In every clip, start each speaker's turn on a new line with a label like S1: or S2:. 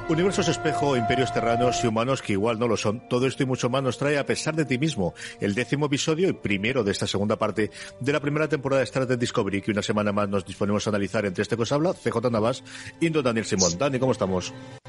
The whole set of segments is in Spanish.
S1: Universos espejo, imperios terranos y humanos que igual no lo son. Todo esto y mucho más nos trae A pesar de ti mismo, el 10º episodio y primero de esta segunda parte de la primera temporada de Star Trek Discovery, que una semana más nos disponemos a analizar entre este que os habla, CJ Navas y don Daniel Simón. Dani, ¿cómo estamos?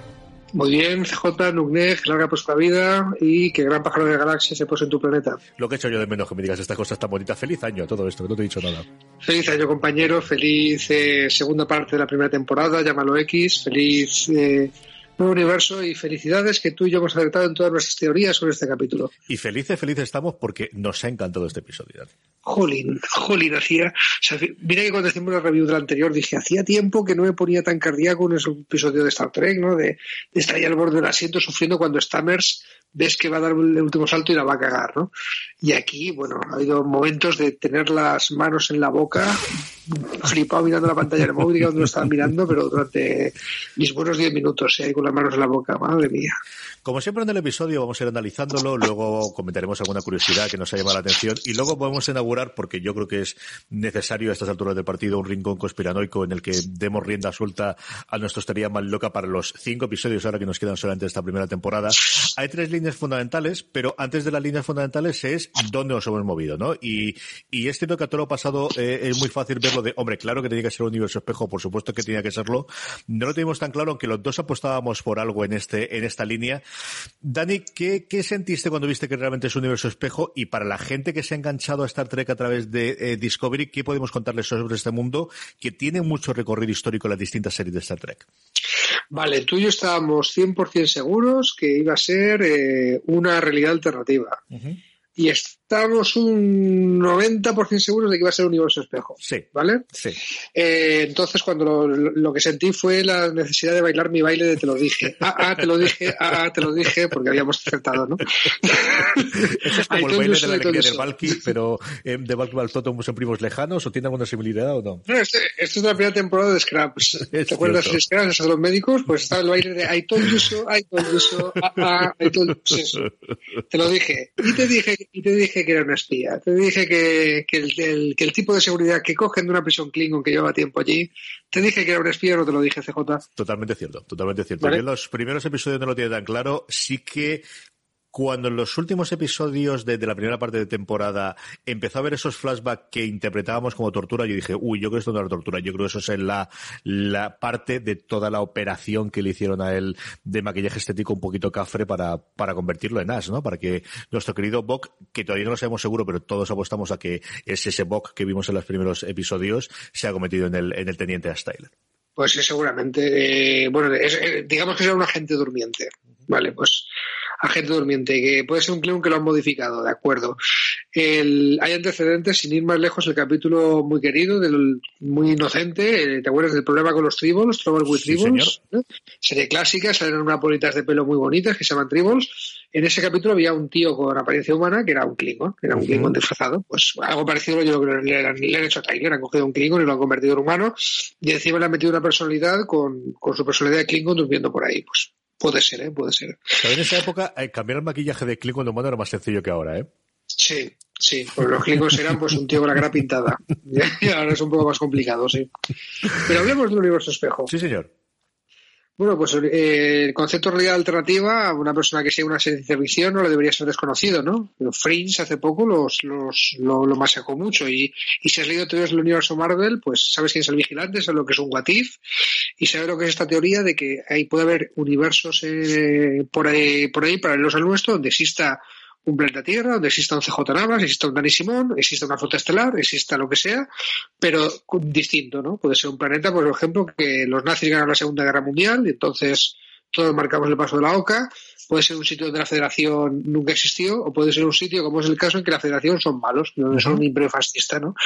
S2: Muy bien, CJ, Nugnet, larga próspera vida y que gran pájaro de la galaxia se pose en tu planeta.
S1: Lo que he hecho yo de menos que me digas estas cosas tan bonitas. Feliz año a todo esto, que no te he dicho nada.
S2: Feliz año, compañero, feliz segunda parte de la primera temporada, llámalo X, feliz nuevo universo y felicidades que tú y yo hemos acertado en todas nuestras teorías sobre este capítulo.
S1: Y felices estamos porque nos ha encantado este episodio.
S2: Jolín, hacía... O sea, mira que cuando hicimos la review del anterior dije, hacía tiempo que no me ponía tan cardíaco en ese episodio de Star Trek, ¿no? De estar ahí al borde del asiento sufriendo cuando Stammers ves que va a dar el último salto y la va a cagar, ¿no? Y aquí, bueno, ha habido momentos de tener las manos en la boca, flipado mirando la pantalla del móvil, que donde lo estaba mirando, pero durante mis buenos 10 minutos, ahí con las manos en la boca, madre mía.
S1: Como siempre en el episodio vamos a ir analizándolo, luego comentaremos alguna curiosidad que nos ha llamado la atención y luego podemos inaugurar, porque yo creo que es necesario a estas alturas del partido, un rincón conspiranoico en el que demos rienda suelta a nuestra teoría más loca para los 5 episodios ahora que nos quedan solamente de esta primera temporada. Hay 3 líneas fundamentales, pero antes de las líneas fundamentales es dónde nos hemos movido, ¿no? Y es cierto que a todo lo pasado es muy fácil verlo de, hombre, claro que tenía que ser un universo espejo, por supuesto que tenía que serlo. No lo teníamos tan claro, aunque los dos apostábamos por algo en esta línea. Dani, ¿qué sentiste cuando viste que realmente es un universo espejo? Y para la gente que se ha enganchado a Star Trek a través de Discovery, ¿qué podemos contarles sobre este mundo que tiene mucho recorrido histórico en las distintas series de Star Trek?
S2: Vale, tú y yo estábamos 100% seguros que iba a ser una realidad alternativa. Uh-huh. Y estamos un 90% seguros de que iba a ser un universo espejo.
S1: Sí.
S2: ¿Vale?
S1: Sí.
S2: Entonces, cuando lo que sentí fue la necesidad de bailar mi baile de te lo dije. Te lo dije, porque habíamos acertado, ¿no?
S1: Eso es como el baile de la alegría del Valky, pero de Valky Baltoto son primos lejanos, ¿o tiene alguna similaridad o no?
S2: No, esto es la primera temporada de Scraps. ¿Te acuerdas de Scraps, esos de los médicos? Pues estaba el baile de I told you so, I told you so, I told you so. Te lo dije. Y te dije que era una espía. Te dije que el tipo de seguridad que cogen de una prisión Klingon que llevaba tiempo allí, te dije que era una espía, no te lo dije, CJ.
S1: Totalmente cierto.
S2: ¿Vale?
S1: Yo en los primeros episodios no lo tenía tan claro. Sí que cuando en los últimos episodios de la primera parte de temporada empezó a ver esos flashbacks que interpretábamos como tortura, yo dije, yo creo que esto no era tortura, yo creo que eso es la parte de toda la operación que le hicieron a él de maquillaje estético un poquito cafre para convertirlo en Ash, ¿no? Para que nuestro querido Bok, que todavía no lo sabemos seguro, pero todos apostamos a que es ese Bok que vimos en los primeros episodios, se ha convertido en el teniente Ash Tyler.
S2: Pues sí, seguramente. Digamos que será un agente durmiente. Vale, pues agente durmiente, que puede ser un Klingon que lo han modificado, de acuerdo. Hay antecedentes, sin ir más lejos, el capítulo muy querido, muy inocente, ¿te acuerdas del problema con los Tribbles? Trouble with Tribbles, ¿no? Serie clásica, salen unas bolitas de pelo muy bonitas que se llaman Tribbles. En ese capítulo había un tío con apariencia humana que era un Klingon, Klingon disfrazado. Pues algo parecido yo creo que le han hecho a Tyler, han cogido un Klingon y lo han convertido en humano y encima le han metido una personalidad con su personalidad de Klingon durmiendo por ahí, pues. Puede ser.
S1: Pero en esa época, cambiar el maquillaje de Klingon humano era más sencillo que ahora, ¿eh?
S2: Sí, pues los Klingons eran pues un tío con la cara pintada. Y ahora es un poco más complicado, sí. Pero hablemos del universo espejo.
S1: Sí, señor.
S2: Bueno, pues el concepto de realidad alternativa, a una persona que sea una ciencia ficción no le debería ser desconocido, ¿no? Fringe hace poco lo masacó mucho y si has leído teorías del universo Marvel, pues sabes quién es el vigilante, sabes lo que es un what if y sabes lo que es esta teoría de que puede haber universos por ahí paralelos al nuestro donde exista un planeta Tierra, donde exista un CJ Navas, exista un Dani Simón, exista una flota estelar, exista lo que sea, pero distinto, ¿no? Puede ser un planeta, por ejemplo, que los nazis ganaron la Segunda Guerra Mundial y entonces todos marcamos el paso de la OCA. Puede ser un sitio donde la Federación nunca existió, o puede ser un sitio, como es el caso, en que la Federación son malos, donde son un imperio fascista, ¿no?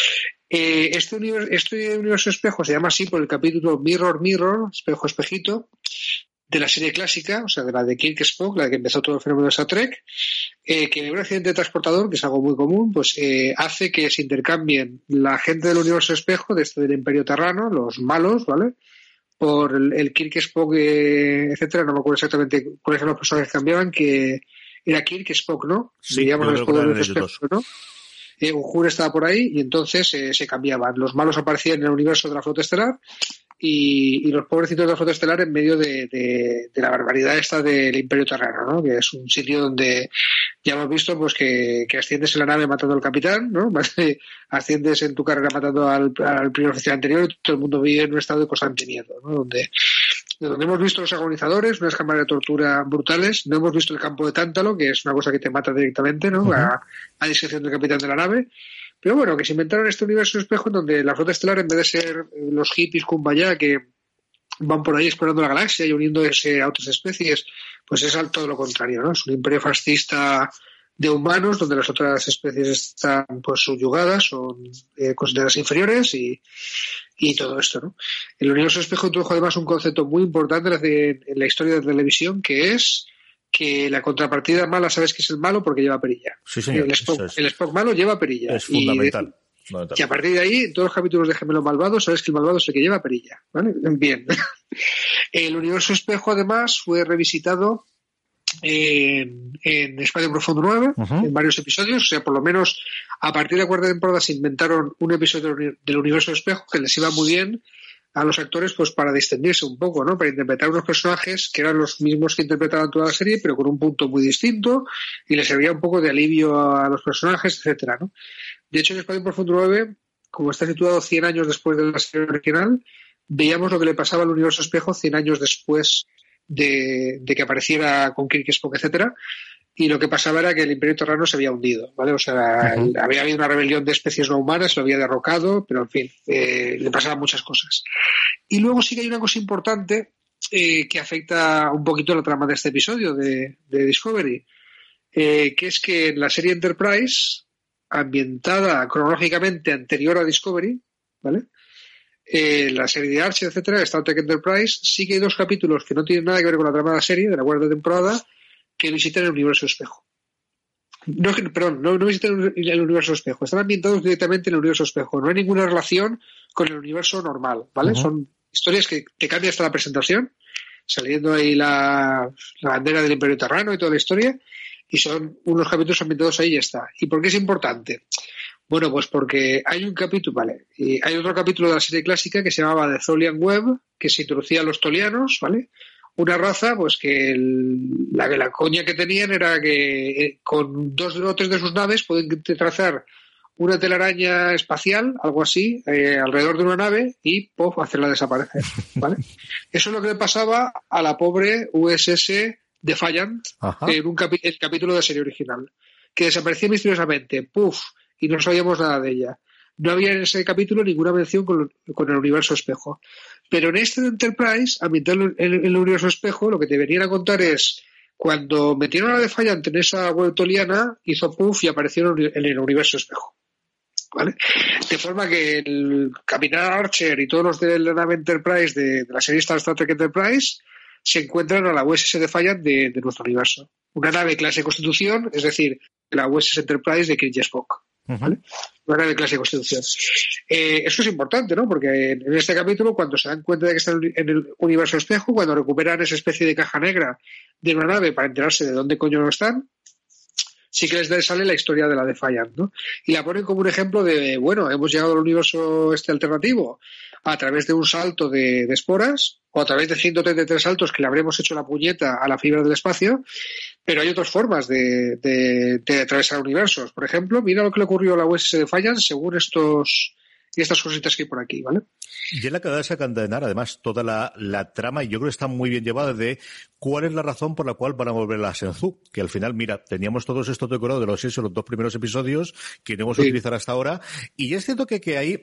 S2: Este universo espejo se llama así por el capítulo Mirror, Mirror, espejo, espejito, de la serie clásica, o sea, de la de Kirk Spock, la que empezó todo el fenómeno de Star Trek, que en un accidente de transportador, que es algo muy común, pues hace que se intercambien la gente del universo espejo, del Imperio Terrano, los malos, ¿vale? Por el Kirk Spock, etcétera, no me acuerdo exactamente cuáles eran los personajes que cambiaban, que era Kirk Spock, ¿no?
S1: Sí,
S2: digamos el
S1: espejo,
S2: ¿no? Uhura estaba por ahí y entonces se cambiaban. Los malos aparecían en el universo de la flota estelar y los pobrecitos de la flota estelar en medio de la barbaridad esta del Imperio Terrano, ¿no? Que es un sitio donde ya hemos visto pues que asciendes en la nave matando al capitán, ¿no? Asciendes en tu carrera matando al primer oficial anterior y todo el mundo vive en un estado de constante miedo, ¿no? Donde hemos visto los agonizadores, unas cámaras de tortura brutales, no hemos visto el campo de Tántalo, que es una cosa que te mata directamente, ¿no? A discreción del capitán de la nave. Pero bueno, que se inventaron este universo espejo en donde la flota estelar, en vez de ser los hippies kumbaya que van por ahí explorando la galaxia y uniéndose a otras especies, pues es todo lo contrario, ¿no? Es un imperio fascista de humanos donde las otras especies están pues subyugadas, son consideradas inferiores y todo esto, ¿no? El universo espejo introdujo además un concepto muy importante en la historia de la televisión, que es que la contrapartida mala sabes que es el malo porque lleva perilla.
S1: Sí, señor.
S2: El Spock malo lleva perilla.
S1: Es fundamental.
S2: Y a partir de ahí, en todos los capítulos de Gemelo Malvado, sabes que el malvado es el que lleva perilla, ¿vale? Bien. El universo espejo, además, fue revisitado en Espacio Profundo 9, en varios episodios. O sea, por lo menos a partir de la cuarta temporada se inventaron un episodio del universo espejo que les iba muy bien a los actores pues para distendirse un poco, ¿no? Para interpretar unos personajes que eran los mismos que interpretaban toda la serie, pero con un punto muy distinto, y les servía un poco de alivio a los personajes, etcétera, ¿no? De hecho, en Espacio Profundo 9, como está situado 100 años después de la serie original, veíamos lo que le pasaba al universo espejo 100 años después de que apareciera con Kirk, Spock, etcétera. Y lo que pasaba era que el Imperio Terrano se había hundido, ¿vale? O sea, había habido una rebelión de especies no humanas, lo había derrocado, pero en fin, le pasaban muchas cosas. Y luego sí que hay una cosa importante que afecta un poquito la trama de este episodio de Discovery, que es que en la serie Enterprise, ambientada cronológicamente anterior a Discovery, ¿vale? La serie de Archer, etcétera, Star Trek Enterprise, sí que hay 2 capítulos que no tienen nada que ver con la trama de la serie, de la cuarta temporada, que visitan el universo espejo. No visitan el universo espejo, están ambientados directamente en el universo espejo. No hay ninguna relación con el universo normal, ¿vale? Son historias que te cambian hasta la presentación, saliendo ahí la bandera del Imperio Terrano y toda la historia, y son unos capítulos ambientados ahí y ya está. ¿Y por qué es importante? Bueno, pues porque hay un capítulo, ¿vale? Y hay otro capítulo de la serie clásica que se llamaba The Tholian Web, que se introducía a los tolianos, ¿vale? Una raza, pues que la coña que tenían era que con 2 o 3 de sus naves pueden trazar una telaraña espacial, algo así, alrededor de una nave y ¡puf!, hacerla desaparecer, ¿vale? Eso es lo que le pasaba a la pobre USS Defiant en el capítulo de la serie original, que desaparecía misteriosamente, ¡puf!, y no sabíamos nada de ella. No había en ese capítulo ninguna mención con el universo espejo. Pero en este de Enterprise, ambientado en el universo espejo, lo que te venían a contar es cuando metieron a Defiant en esa web toliana, hizo puff y aparecieron en el universo espejo, ¿vale? De forma que el Capitán Archer y todos los de la nave Enterprise de la serie Star Trek Enterprise se encuentran a la USS Defiant de nuestro universo. Una nave clase Constitución, es decir, la USS Enterprise de Kirk y Spock, ¿vale? Una nave clase de Constitución. Eso es importante, ¿no? Porque en este capítulo, cuando se dan cuenta de que están en el universo espejo, cuando recuperan esa especie de caja negra de una nave para enterarse de dónde coño no están, sí que les sale la historia de la Defiant, ¿no? Y la ponen como un ejemplo de, bueno, hemos llegado al universo alternativo a través de un salto de esporas o a través de 133 saltos que le habremos hecho la puñeta a la fibra del espacio, pero hay otras formas de atravesar universos. Por ejemplo, mira lo que le ocurrió a la USS Defiant según estas cositas que hay por aquí, ¿vale?
S1: Y es la que va a desencadenar, además, toda la trama, y yo creo que está muy bien llevada, de cuál es la razón por la cual van a volver a la Shenzhou. Que al final, mira, teníamos todos estos decorados de los 6 o los 2 primeros episodios que no hemos utilizado hasta ahora, y es cierto que ahí,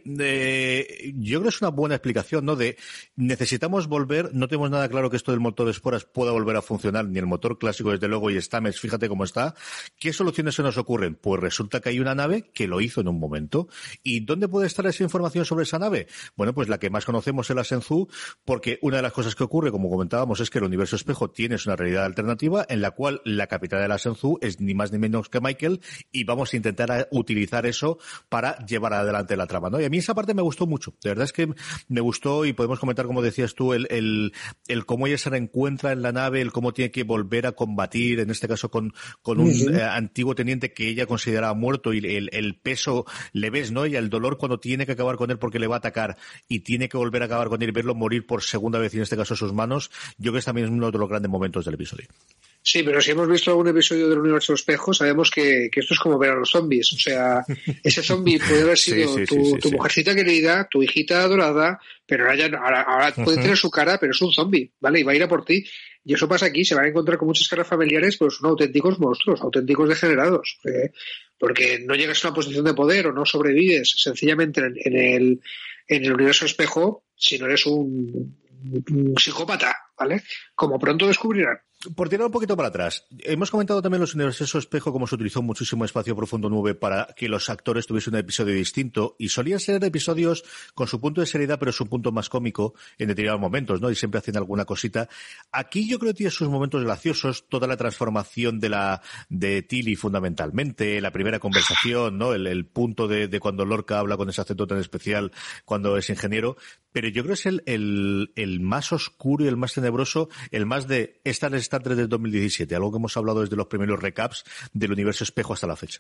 S1: yo creo que es una buena explicación, ¿no? De necesitamos volver, no tenemos nada claro que esto del motor de esporas pueda volver a funcionar, ni el motor clásico, desde luego, y Stamets, fíjate cómo está. ¿Qué soluciones se nos ocurren? Pues resulta que hay una nave que lo hizo en un momento. ¿Y dónde puede estar esa información sobre esa nave? Bueno, pues la que más conocemos es la Shenzhou, porque una de las cosas que ocurre, como comentábamos, es que el universo espejo tiene una realidad alternativa en la cual la capital de la Shenzhou es ni más ni menos que Michael, y vamos a intentar utilizar eso para llevar adelante la trama, ¿no? Y a mí esa parte me gustó mucho, de verdad es que me gustó, y podemos comentar, como decías tú, el cómo ella se reencuentra en la nave, el cómo tiene que volver a combatir, en este caso con un antiguo teniente que ella consideraba muerto, y el peso le ves, ¿no? Y el dolor cuando tiene que que acabar con él porque le va a atacar y tiene que volver a acabar con él y verlo morir por segunda vez y en este caso en sus manos, yo creo que también es uno de los grandes momentos del episodio.
S2: Sí, pero si hemos visto algún episodio del Universo Espejo, sabemos que esto es como ver a los zombies. O sea, ese zombie puede haber sido tu mujercita querida, tu hijita adorada, pero ahora puede tener su cara, pero es un zombie, ¿vale? Y va a ir a por ti. Y eso pasa aquí, se van a encontrar con muchas caras familiares, pero son auténticos monstruos, auténticos degenerados. Porque no llegas a una posición de poder o no sobrevives sencillamente en el Universo Espejo si no eres un psicópata, ¿vale? Como pronto descubrirán.
S1: Por tirar un poquito para atrás, hemos comentado también los universos espejo, como se utilizó muchísimo Espacio Profundo 9 para que los actores tuviesen un episodio distinto, y solían ser episodios con su punto de seriedad, pero su punto más cómico en determinados momentos, ¿no? Y siempre hacen alguna cosita. Aquí yo creo que tiene sus momentos graciosos, toda la transformación de Tilly fundamentalmente, la primera conversación, ¿no? El punto de cuando Lorca habla con ese acento tan especial cuando es ingeniero, pero yo creo que es el más oscuro y el más tenebroso, el más de Star Trek del 2017, algo que hemos hablado desde los primeros recaps del universo espejo hasta la fecha.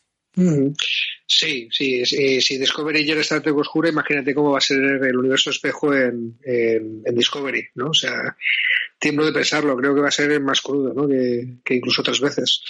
S2: Sí, si Discovery ya era Star Trek oscura, imagínate cómo va a ser el universo espejo en Discovery, ¿no? O sea, tiemblo de pensarlo, creo que va a ser más crudo, ¿no? Que incluso otras veces.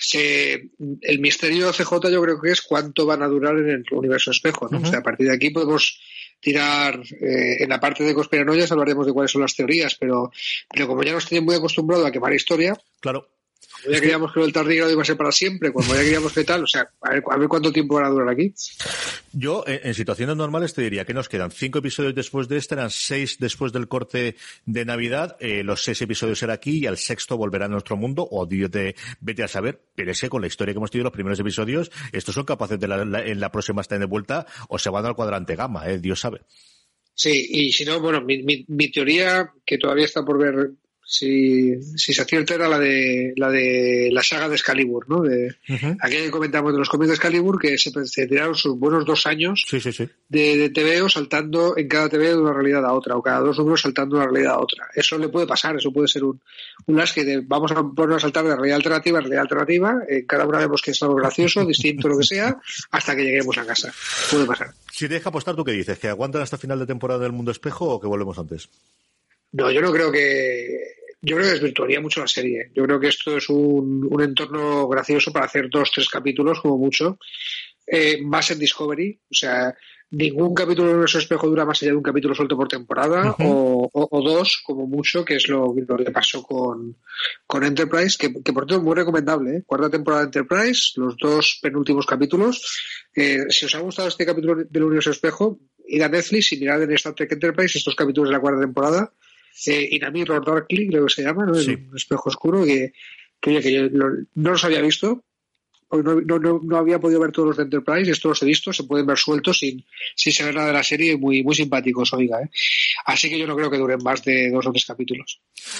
S2: El misterio CJ yo creo que es cuánto van a durar en el universo espejo, ¿no? O sea, a partir de aquí podemos tirar en la parte de conspiranoias, hablaremos de cuáles son las teorías, pero como ya nos tienen muy acostumbrado a quemar historia,
S1: claro.
S2: Cuando ya queríamos que el tardígrado iba a ser para siempre, cuando ya queríamos que tal, o sea, a ver cuánto tiempo van a durar aquí.
S1: Yo, en situaciones normales, te diría que nos quedan 5 episodios después de eran 6 después del corte de Navidad, los 6 episodios serán aquí y al sexto volverá a nuestro mundo, o vete a saber, pero ese con la historia que hemos tenido los primeros episodios, estos son capaces de en la próxima estar de vuelta o se van al cuadrante gamma, Dios sabe.
S2: Sí, y si no, bueno, mi teoría, que todavía está por ver si se acierta, era la de la saga de Excalibur, ¿no? Aquella que comentamos de los cómics de Excalibur, que se tiraron sus buenos 2 años de TVO saltando en cada TVO de una realidad a otra, o cada 2 números saltando de una realidad a otra. Eso le puede pasar, eso puede ser un lasque de vamos a poner a saltar de realidad alternativa a realidad alternativa, cada una vemos que es algo gracioso, distinto, lo que sea, hasta que lleguemos a casa. Puede pasar.
S1: Si te deja apostar, ¿tú qué dices? ¿Que aguantan hasta final de temporada del Mundo Espejo o que volvemos antes?
S2: No, yo creo que desvirtuaría mucho la serie. Yo creo que esto es un entorno gracioso para hacer 2-3 capítulos, como mucho. Más en Discovery, o sea, ningún capítulo de Universo Espejo dura más allá de un capítulo suelto por temporada, o 2, como mucho, que es lo que pasó con Enterprise, que por cierto es muy recomendable, 4ª temporada de Enterprise, los 2 penúltimos capítulos. Si os ha gustado este capítulo del Universo Espejo, id a Netflix y mirad en Star Trek Enterprise estos capítulos de la 4ª temporada. Inamirror Darkly, creo que se llama, ¿no? Sí. Un espejo oscuro que yo no los había visto, porque no había podido ver todos los de Enterprise, estos los he visto, se pueden ver sueltos sin saber nada de la serie, muy, muy simpáticos, oiga, Así que yo no creo que duren más de 2 o 3 capítulos.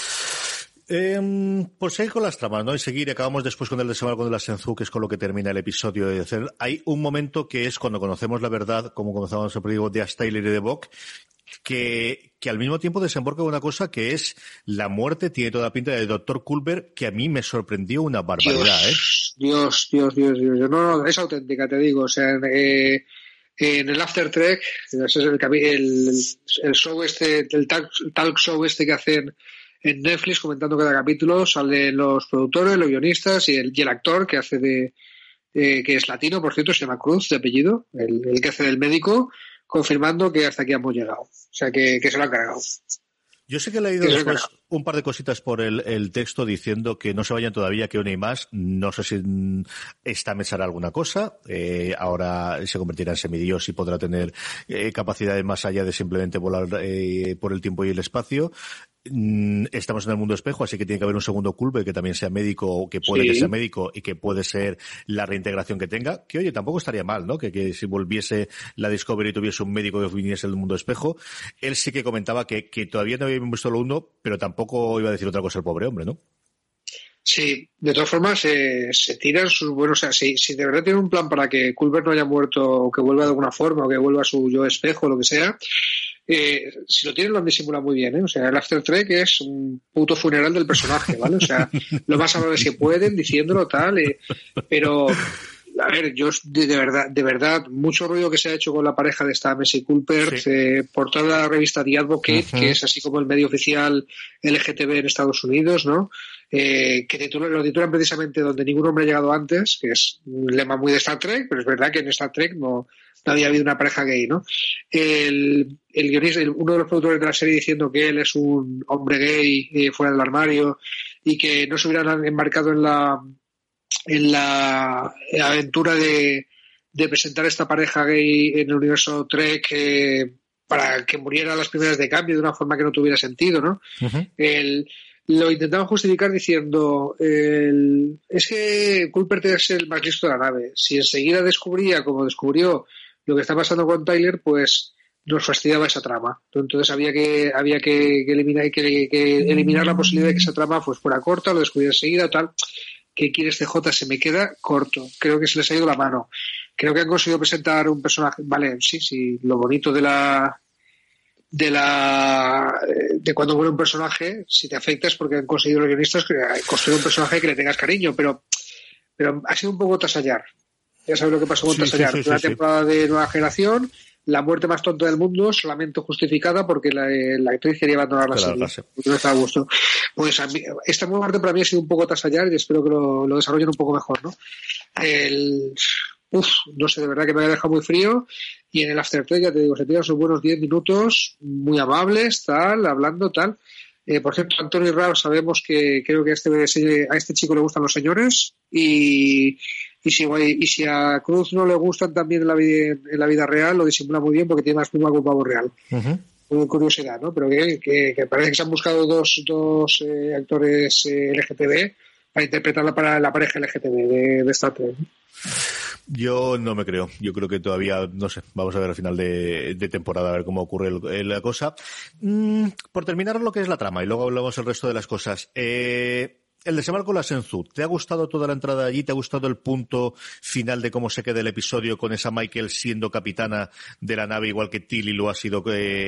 S1: Por seguir con las tramas, ¿no? Y seguir, acabamos después con el desembarco de la Shenzhou, que es con lo que termina el episodio de hacer. Hay un momento que es cuando conocemos la verdad, como comenzamos siempre digo, de Tyler y de Bock, que al mismo tiempo desemboca una cosa que es la muerte, tiene toda la pinta de Dr. Culber, que a mí me sorprendió una barbaridad,
S2: Dios. No, es auténtica, te digo. O sea, en el After Trek, ese es el show el talk show que hacen en Netflix comentando cada capítulo, salen los productores, los guionistas y el actor que hace que es latino, por cierto, se llama Cruz de apellido, el que hace del médico, confirmando que hasta aquí hemos llegado. O sea, que se lo han cargado.
S1: Yo sé que he leído después un par de cositas por el texto diciendo que no se vayan todavía, que una y más. No sé si esta me hará alguna cosa. Ahora se convertirá en semidios y podrá tener capacidades más allá de simplemente volar por el tiempo y el espacio. Estamos en el mundo espejo, así que tiene que haber un segundo Culber que también sea médico, o que puede que sea médico y que puede ser la reintegración que tenga, que oye, tampoco estaría mal, ¿no? Que si volviese la Discovery y tuviese un médico que viniese del mundo espejo. Él sí que comentaba que todavía no había visto lo uno, pero tampoco iba a decir otra cosa el pobre hombre, ¿no?
S2: Sí, de todas formas se tiran sus buenos, o sea, si de verdad tiene un plan para que Culber no haya muerto o que vuelva de alguna forma o que vuelva a su yo espejo o lo que sea, si lo tienen lo han disimulado muy bien, o sea, el After Trek es un puto funeral del personaje, ¿vale? O sea, lo más amables que pueden diciéndolo tal, pero A ver, yo de verdad, mucho ruido que se ha hecho con la pareja de Stamets y Culper, por toda la revista The Advocate, que es así como el medio oficial LGTB en Estados Unidos, ¿no? Que lo titulan precisamente donde ningún hombre ha llegado antes, que es un lema muy de Star Trek, pero es verdad que en Star Trek no había habido una pareja gay, ¿no? El guionista, uno de los productores de la serie diciendo que él es un hombre gay fuera del armario y que no se hubieran embarcado en la aventura de presentar esta pareja gay en el universo Trek para que muriera a las primeras de cambio de una forma que no tuviera sentido, ¿no? Lo intentaban justificar diciendo es que Culper es el más listo de la nave. Si enseguida descubría, como descubrió, lo que está pasando con Tyler, pues nos fastidiaba esa trama. Entonces había que eliminar la posibilidad de que esa trama pues fuera corta, lo descubriera enseguida, tal. ¿Qué quieres, CJ? Se me queda corto. Creo que se les ha ido la mano. Creo que han conseguido presentar un personaje. Vale, sí. Lo bonito de cuando muere un personaje, si te afecta es porque han conseguido los guionistas construir un personaje que le tengas cariño, pero ha sido un poco tasallar. Ya sabes lo que pasó con Tasallar. Una temporada de Nueva Generación, la muerte más tonta del mundo, solamente justificada porque la actriz quería abandonar la serie. Porque no estaba a gusto. Pues esta muerte para mí ha sido un poco tasallar y espero que lo desarrollen un poco mejor, ¿no? No sé, de verdad que me ha dejado muy frío. Y en el Aftertrek, ya te digo, se tiran sus buenos 10 minutos, muy amables, hablando, tal. Por cierto, Anthony Rao sabemos que creo que a este chico le gustan los señores y si a Cruz no le gustan también en la vida real, lo disimula muy bien porque tiene más pluma que un pavo real. Muy curiosidad, ¿no? Pero que parece que se han buscado dos actores LGTB para interpretarla para la pareja LGTB de Star Trek.
S1: Yo no me creo. Yo creo que todavía, no sé, vamos a ver al final de temporada a ver cómo ocurre la cosa. Por terminar lo que es la trama y luego hablamos el resto de las cosas. El desembarco de la Shenzhou, ¿te ha gustado toda la entrada allí? ¿Te ha gustado el punto final de cómo se queda el episodio con esa Michael siendo capitana de la nave igual que Tilly lo ha sido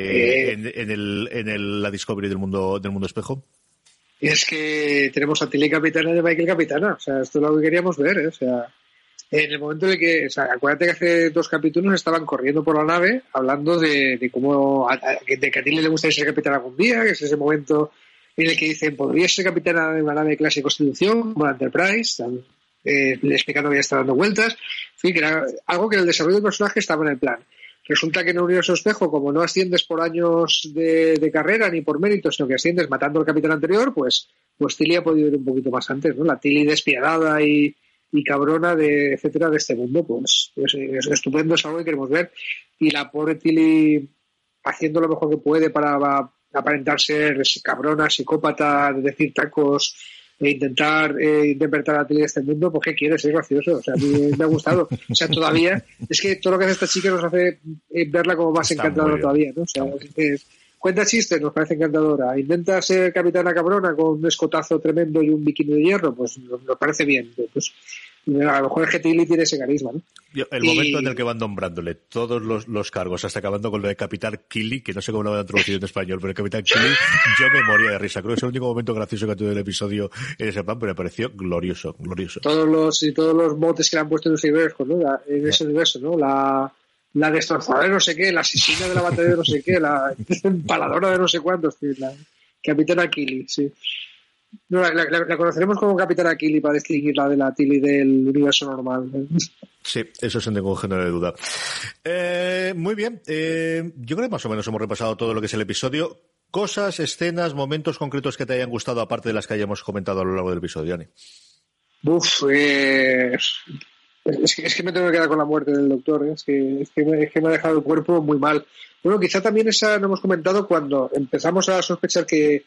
S1: en la Discovery del mundo espejo?
S2: Es que tenemos a Tilly capitana y a Michael capitana. O sea, esto es lo que queríamos ver, O sea, en el momento en el que, o sea, acuérdate que hace 2 capítulos estaban corriendo por la nave hablando de cómo, de que a Tilly le gustaría ser capitana algún día, que es ese momento en el que dicen, ¿podría ser capitana de una nave de clase de Constitución, como la Enterprise? Le explicando que ya está dando vueltas. En fin, que era algo que en el desarrollo del personaje estaba en el plan. Resulta que en el universo espejo, como no asciendes por años de carrera ni por méritos, sino que asciendes matando al capitán anterior, pues Tilly ha podido ir un poquito más antes, ¿no? La Tilly despiadada y cabrona etcétera de este mundo, pues es estupendo, es algo que queremos ver. Y la pobre Tilly haciendo lo mejor que puede para aparentar ser cabrona, psicópata, decir tacos e intentar interpretar a Tilly de este mundo, pues ¿qué quieres? Es gracioso, o sea, a mí me ha gustado. O sea, todavía, es que todo lo que hace esta chica nos hace verla como más encantadora todavía, ¿no? O sea, cuenta chistes, nos parece encantadora. Intenta ser capitana cabrona con un escotazo tremendo y un bikini de hierro, pues nos parece bien. Pues, a lo mejor es que Tilly tiene ese carisma, ¿no?
S1: Momento en el que van nombrándole todos los cargos, hasta acabando con lo de Capitán Killy, que no sé cómo lo van a traducir en español, pero el Capitán Killy, yo me moría de risa. Creo que es el único momento gracioso que ha tenido el episodio en ese plan, pero me pareció glorioso.
S2: Todos los motes que le han puesto en ese universo, ¿no? En ese universo, ¿no? La destrozadora de no sé qué, la asesina de la batalla de no sé qué, la empaladora de no sé cuántos, la Capitana Killy, sí. No, la conoceremos como Capitana Killy para distinguirla de la Tilly del universo normal.
S1: Sí, eso sin ningún género de duda. Muy bien, yo creo que más o menos hemos repasado todo lo que es el episodio. Cosas, escenas, momentos concretos que te hayan gustado, aparte de las que hayamos comentado a lo largo del episodio, Dani.
S2: Es que me tengo que quedar con la muerte del doctor, Es que me ha dejado el cuerpo muy mal. Bueno, quizá también esa no hemos comentado cuando empezamos a sospechar que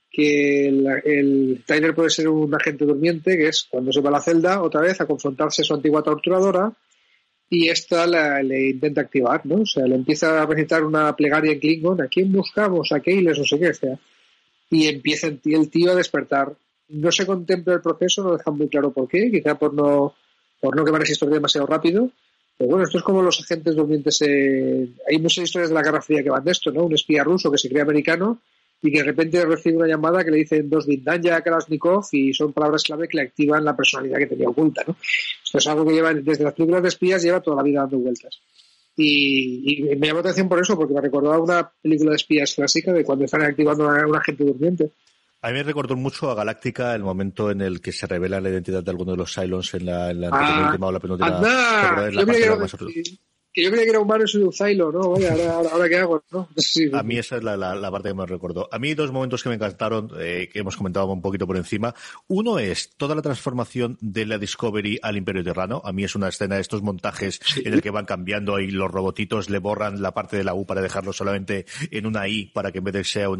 S2: el Tyler puede ser un agente durmiente, que es cuando se va a la celda otra vez a confrontarse a su antigua torturadora y esta le intenta activar, ¿no? O sea, le empieza a recitar una plegaria en Klingon, ¿a quién buscamos? A Keyles, no sé qué, o sea, y empieza el tío a despertar. No se contempla el proceso, no dejan muy claro por qué, quizá por no quemar esa historia demasiado rápido. Pero bueno, esto es como los agentes durmientes. Hay muchas historias de la Guerra Fría que van de esto, ¿no? Un espía ruso que se cree americano y que de repente recibe una llamada que le dicen 2 Vindanya Kalashnikov y son palabras clave que le activan la personalidad que tenía oculta, ¿no? Esto es algo que lleva desde las películas de espías, lleva toda la vida dando vueltas. Y me llamó la atención por eso, porque me recordaba una película de espías clásica de cuando están activando a un agente durmiente.
S1: A mí me recordó mucho a Galáctica el momento en el que se revela la identidad de alguno de los Cylons en la penúltima o la penúltima.
S2: Que yo creía que era humano y soy un Zylo, ¿no? Vaya, ahora qué hago, ¿no? Sí.
S1: A mí esa es la parte que me recordó. A mí 2 momentos que me encantaron, que hemos comentado un poquito por encima. Uno es toda la transformación de la Discovery al Imperio Terrano. A mí es una escena de estos montajes en el que van cambiando y los robotitos le borran la parte de la U para dejarlo solamente en una I, para que en vez de sea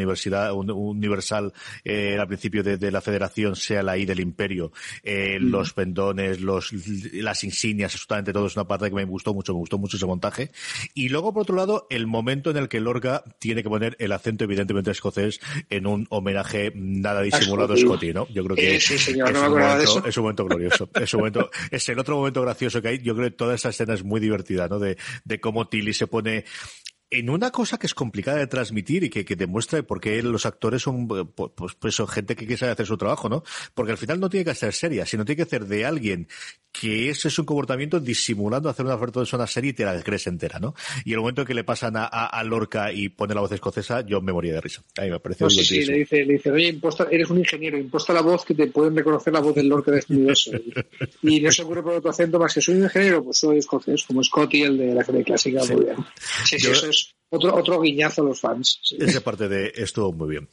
S1: universal al principio de la Federación sea la I del Imperio. Los pendones, las insignias, absolutamente todo es una parte que me gustó mucho ese montaje. Y luego, por otro lado, el momento en el que Lorca tiene que poner el acento evidentemente escocés en un homenaje nada disimulado a Scotty, ¿no? Yo creo que
S2: sí, señor, no me acordaba de eso.
S1: Es un momento glorioso. Es el otro momento gracioso que hay. Yo creo que toda esa escena es muy divertida, ¿no? De cómo Tilly se pone en una cosa que es complicada de transmitir y que demuestra por qué los actores son pues son gente que quiere hacer su trabajo, ¿no? Porque al final no tiene que ser seria, sino tiene que ser de alguien que ese es un comportamiento disimulando hacer una persona seria y te la crees entera, ¿no? Y el momento en que le pasan a Lorca y pone la voz escocesa, yo me moría de risa. A mí me pareció
S2: sí, le dice, oye, eres un ingeniero, imposta la voz que te pueden reconocer la voz del Lorca de este universo. Y no se ocurre por otro acento más que soy un ingeniero, pues soy escocés, como Scotty, el de la serie clásica, muy bien. Sí, eso es otro guiñazo a los fans. Sí.
S1: Esa parte estuvo muy bien.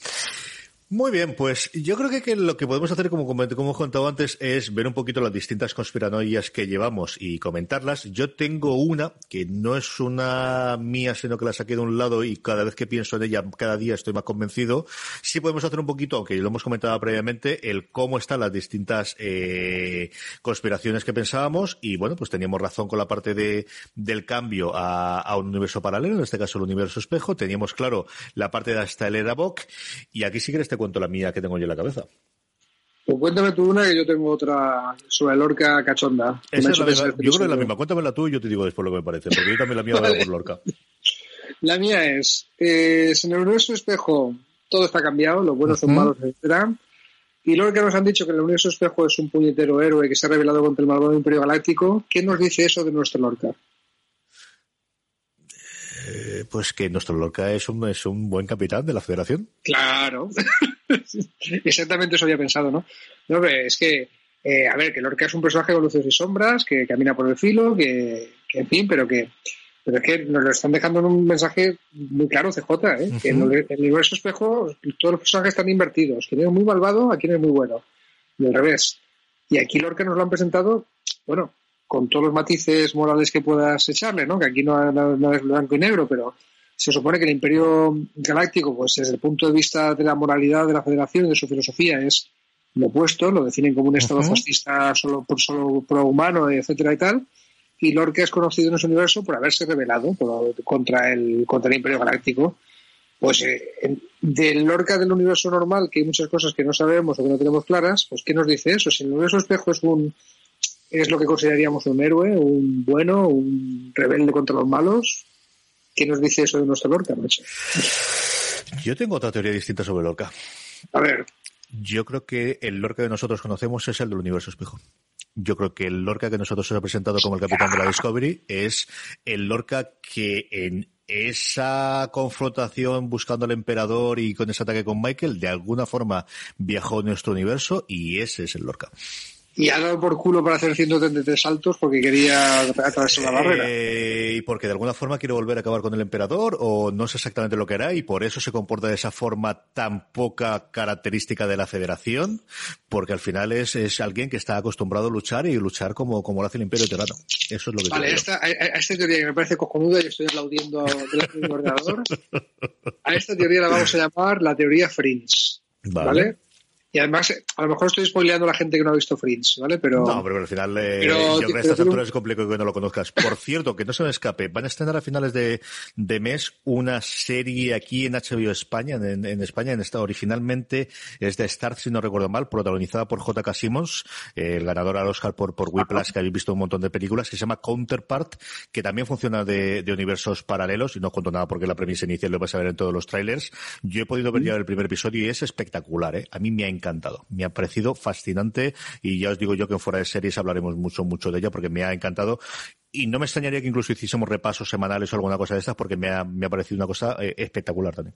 S1: Muy bien, pues yo creo que lo que podemos hacer, como hemos contado antes, es ver un poquito las distintas conspiranoias que llevamos y comentarlas. Yo tengo una que no es una mía, sino que la saqué de un lado y cada vez que pienso en ella, cada día estoy más convencido. Sí podemos hacer un poquito, aunque lo hemos comentado previamente, el cómo están las distintas conspiraciones que pensábamos y bueno, pues teníamos razón con la parte del cambio a un universo paralelo, en este caso el universo espejo. Teníamos claro la parte de hasta el Era-Bok y aquí sí que te cuento la mía que tengo yo en la cabeza.
S2: Pues cuéntame tú una, que yo tengo otra sobre Lorca cachonda.
S1: Esa es la misma, yo creo que es la misma. Cuéntamela tú y yo te digo después lo que me parece, porque yo también la mía vale. Voy por Lorca.
S2: La mía es, en el universo espejo todo está cambiado, los buenos son malos, etc. Y Lorca nos han dicho que el universo espejo es un puñetero héroe que se ha rebelado contra el malvado Imperio Galáctico. ¿Qué nos dice eso de nuestro Lorca?
S1: Pues que nuestro Lorca es un buen capitán de la Federación.
S2: Claro. Exactamente eso había pensado, ¿no? No, hombre, es que, a ver, que Lorca es un personaje con luces y sombras, que camina por el filo, que en fin, pero es que nos lo están dejando en un mensaje muy claro, CJ, que en el universo espejo todos los personajes están invertidos. Quien es muy malvado, a quien es muy bueno. Y al revés. Y aquí Lorca nos lo han presentado, bueno, con todos los matices morales que puedas echarle, ¿no? Que aquí no es blanco y negro, pero se supone que el Imperio Galáctico, pues desde el punto de vista de la moralidad de la Federación y de su filosofía, es lo opuesto, lo definen como un estado fascista solo pro-humano, etcétera y tal, y Lorca es conocido en ese universo por haberse rebelado contra el Imperio Galáctico. Pues del Lorca del universo normal, que hay muchas cosas que no sabemos o que no tenemos claras, pues ¿qué nos dice eso? Si el universo espejo es lo que consideraríamos un héroe, un bueno, un rebelde contra los malos, ¿qué nos dice eso de nuestro Lorca, macho?
S1: Yo tengo otra teoría distinta sobre Lorca.
S2: A ver.
S1: Yo creo que el Lorca que nosotros conocemos es el del universo espejo. Yo creo que el Lorca que nosotros nos ha presentado como el capitán de la Discovery es el Lorca que en esa confrontación buscando al emperador y con ese ataque con Michael, de alguna forma viajó a nuestro universo y ese es el Lorca.
S2: Y ha dado por culo para hacer 133 saltos porque quería atravesar la barrera.
S1: Y porque de alguna forma quiere volver a acabar con el emperador, o no sé exactamente lo que hará, y por eso se comporta de esa forma tan poca característica de la Federación, porque al final es alguien que está acostumbrado a luchar y luchar como lo hace el Imperio Terrano. Eso es lo que
S2: vale, a esta teoría que me parece cojonuda y estoy aplaudiendo delante de mi ordenador, a esta teoría la vamos a llamar la teoría Fringe. ¿Vale? Y además, a lo mejor estoy spoileando a la gente que no ha visto Fringe, ¿vale?
S1: No, pero al final, yo creo que a estas alturas es complicado que no lo conozcas. Por cierto, que no se me escape, van a estrenar a finales de mes una serie aquí en HBO España, en España, originalmente es de Starz, si no recuerdo mal, protagonizada por J.K. Simmons, el ganador al Oscar por Whiplash, que habéis visto un montón de películas, que se llama Counterpart, que también funciona de universos paralelos, y no cuento nada porque la premisa inicial lo vais a ver en todos los trailers. Yo he podido ver ya el primer episodio y es espectacular, ¿eh? A mí me ha encantado, me ha parecido fascinante, y ya os digo yo que en Fuera de Series hablaremos mucho de ella porque me ha encantado, y no me extrañaría que incluso hiciésemos repasos semanales o alguna cosa de estas porque me ha parecido una cosa espectacular también.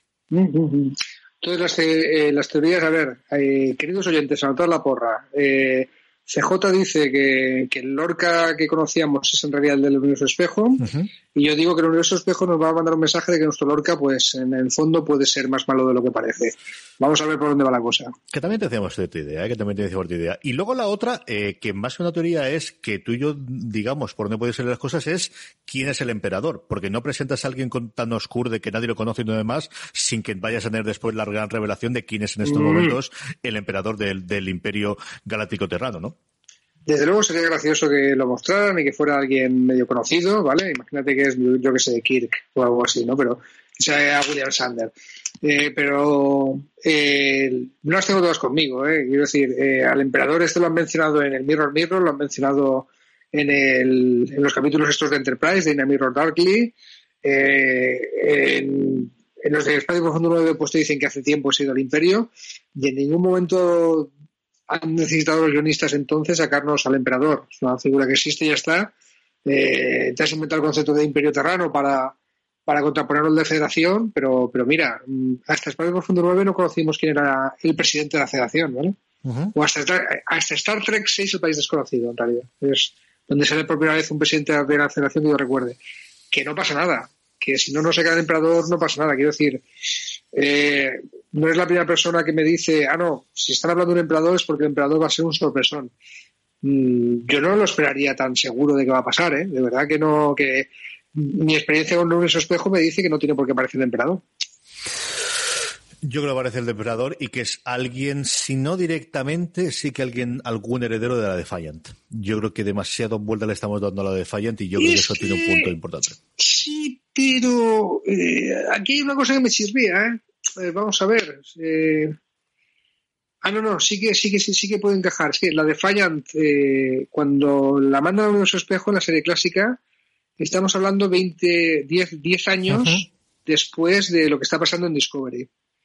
S2: Entonces las teorías, a ver, queridos oyentes, anotad la porra. CJ dice que el Lorca que conocíamos es en realidad el del universo espejo, y yo digo que el universo espejo nos va a mandar un mensaje de que nuestro Lorca, pues en el fondo puede ser más malo de lo que parece. Vamos a ver por dónde va la cosa.
S1: Que también te decíamos cierta idea, Y luego la otra, que más que una teoría es que tú y yo digamos por dónde pueden ser las cosas, es quién es el emperador, porque no presentas a alguien tan oscuro de que nadie lo conoce y no demás, sin que vayas a tener después la gran revelación de quién es en estos momentos el emperador del Imperio Galáctico Terrano, ¿no?
S2: Desde luego sería gracioso que lo mostraran y que fuera alguien medio conocido, ¿vale? Imagínate que es, yo que sé, Kirk o algo así, ¿no? Pero que sea William Shatner. Pero no las tengo todas conmigo, ¿eh? Quiero decir, al emperador lo han mencionado en el Mirror, lo han mencionado en los capítulos estos de Enterprise, de In a Mirror Darkly, en los de Espacio Profundo 9 pues te dicen que hace tiempo se ha ido al Imperio, y en ningún momento han necesitado los guionistas entonces sacarnos al emperador. Es una figura que existe y ya está. Te has inventado el concepto de Imperio Terrano para contraponerlo al de Federación, pero mira, hasta Espacio Profundo 9 no conocimos quién era el presidente de la Federación, ¿vale? O hasta Star Trek 6, el país desconocido, en realidad. Es donde sale por primera vez un presidente de la Federación que yo recuerde. Que no pasa nada. Que si no se queda el emperador, no pasa nada. Quiero decir, no es la primera persona que me dice, no, si están hablando de un emperador es porque el emperador va a ser un sorpresón. Yo no lo esperaría tan seguro de que va a pasar, ¿eh? De verdad que no, que mi experiencia con Universo Espejo me dice que no tiene por qué aparecer el emperador.
S1: Yo creo que aparece el emperador y que es alguien, si no directamente, sí que algún heredero de la Defiant. Yo creo que demasiado vuelta le estamos dando a la Defiant y yo creo que eso tiene un punto importante.
S2: Sí, pero aquí hay una cosa que me chirría, vamos a ver. No, sí que puede encajar. Es que la Defiant, cuando la mandan a Universo Espejo en la serie clásica, estamos hablando 10 años después de lo que está pasando en Discovery.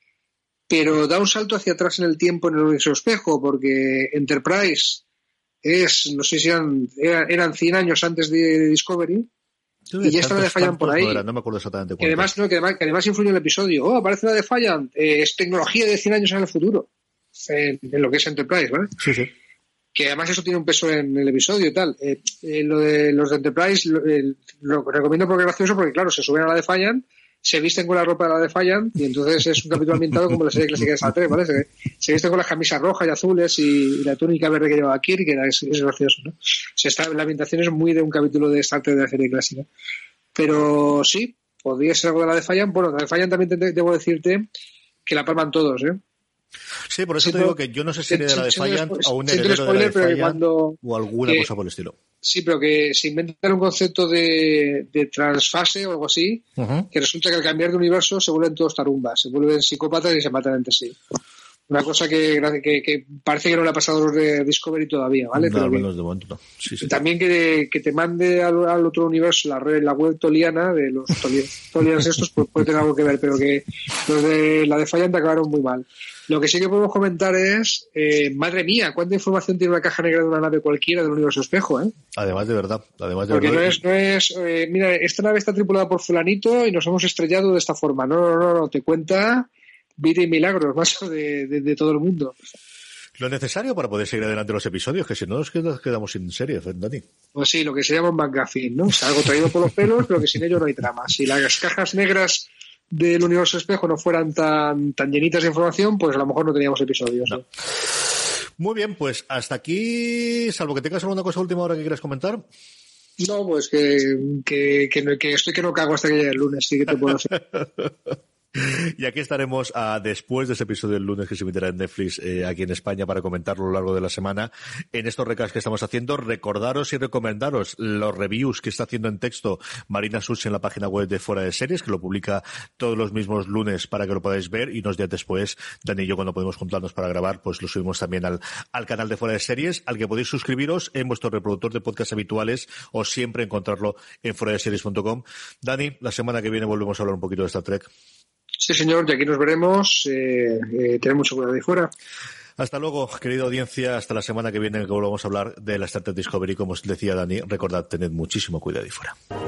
S2: Pero da un salto hacia atrás en el tiempo en el universo espejo, porque Enterprise no sé si eran 100 años antes de Discovery, y ya está la Defiant por ahí.
S1: No me acuerdo exactamente cuánto.
S2: Que además influye en el episodio. Aparece la Defiant, es tecnología de 100 años en el futuro, en lo que es Enterprise, ¿vale?
S1: Sí.
S2: Que además eso tiene un peso en el episodio y tal. Lo de los de Enterprise lo recomiendo porque es gracioso, porque claro, se suben a la Defiant, se visten con la ropa de la Defiant y entonces es un capítulo ambientado como la serie clásica de Star Trek, ¿vale? Se visten con las camisas rojas y azules y la túnica verde que llevaba Kirk, que es gracioso, ¿no? La ambientación es muy de un capítulo de Star Trek de la serie clásica. Pero sí, podría ser algo de la Defiant. Bueno, la Defiant también debo decirte que la palman todos, ¿eh?
S1: Sí, por eso te digo que yo no sé si sería de la Defiant o un heredero de la Defiant o alguna cosa por el estilo.
S2: Sí, pero que se inventan un concepto de transfase o algo así, que resulta que al cambiar de universo se vuelven todos tarumbas, se vuelven psicópatas y se matan entre sí. Una cosa que parece que no le ha pasado a los de Discovery todavía, ¿vale?
S1: No, al menos de momento no. Sí.
S2: También que te mande al otro universo la web toliana de los tolianos estos, pues puede tener algo que ver, pero que los de la Defiant acabaron muy mal. Lo que sí que podemos comentar es, madre mía, cuánta información tiene una caja negra de una nave cualquiera del universo espejo, ¿eh?
S1: Además de verdad.
S2: Porque no es mira, esta nave está tripulada por fulanito y nos hemos estrellado de esta forma. No, te cuenta vida y milagros, macho, de todo el mundo.
S1: Lo necesario para poder seguir adelante los episodios, que si no nos quedamos sin serie, Dani.
S2: Pues sí, lo que se llama un McGuffin, ¿no? O sea, algo traído por los pelos, pero que sin ello no hay trama. Si las cajas negras del universo espejo no fueran tan llenitas de información, pues a lo mejor no teníamos episodios.
S1: No. Muy bien, pues hasta aquí, salvo que tengas alguna cosa última hora que quieras comentar.
S2: No, pues que estoy que no cago hasta que llegue el lunes, sí que te puedo hacer.
S1: Y aquí estaremos después de ese episodio del lunes que se emitirá en Netflix aquí en España para comentarlo a lo largo de la semana en estos recaps que estamos haciendo. Recordaros y recomendaros los reviews que está haciendo en texto Marina Such en la página web de Fuera de Series, que lo publica todos los mismos lunes para que lo podáis ver, y unos días después, Dani y yo, cuando podemos juntarnos para grabar, pues lo subimos también al canal de Fuera de Series, al que podéis suscribiros en vuestro reproductor de podcast habituales o siempre encontrarlo en fueradeseries.com. Dani, la semana que viene volvemos a hablar un poquito de Star Trek.
S2: Sí, señor, y aquí nos veremos. Tened mucho cuidado ahí fuera.
S1: Hasta luego, querida audiencia. Hasta la semana que viene, que volvamos a hablar de la Star Trek Discovery. Como os decía Dani, recordad, tened muchísimo cuidado ahí fuera.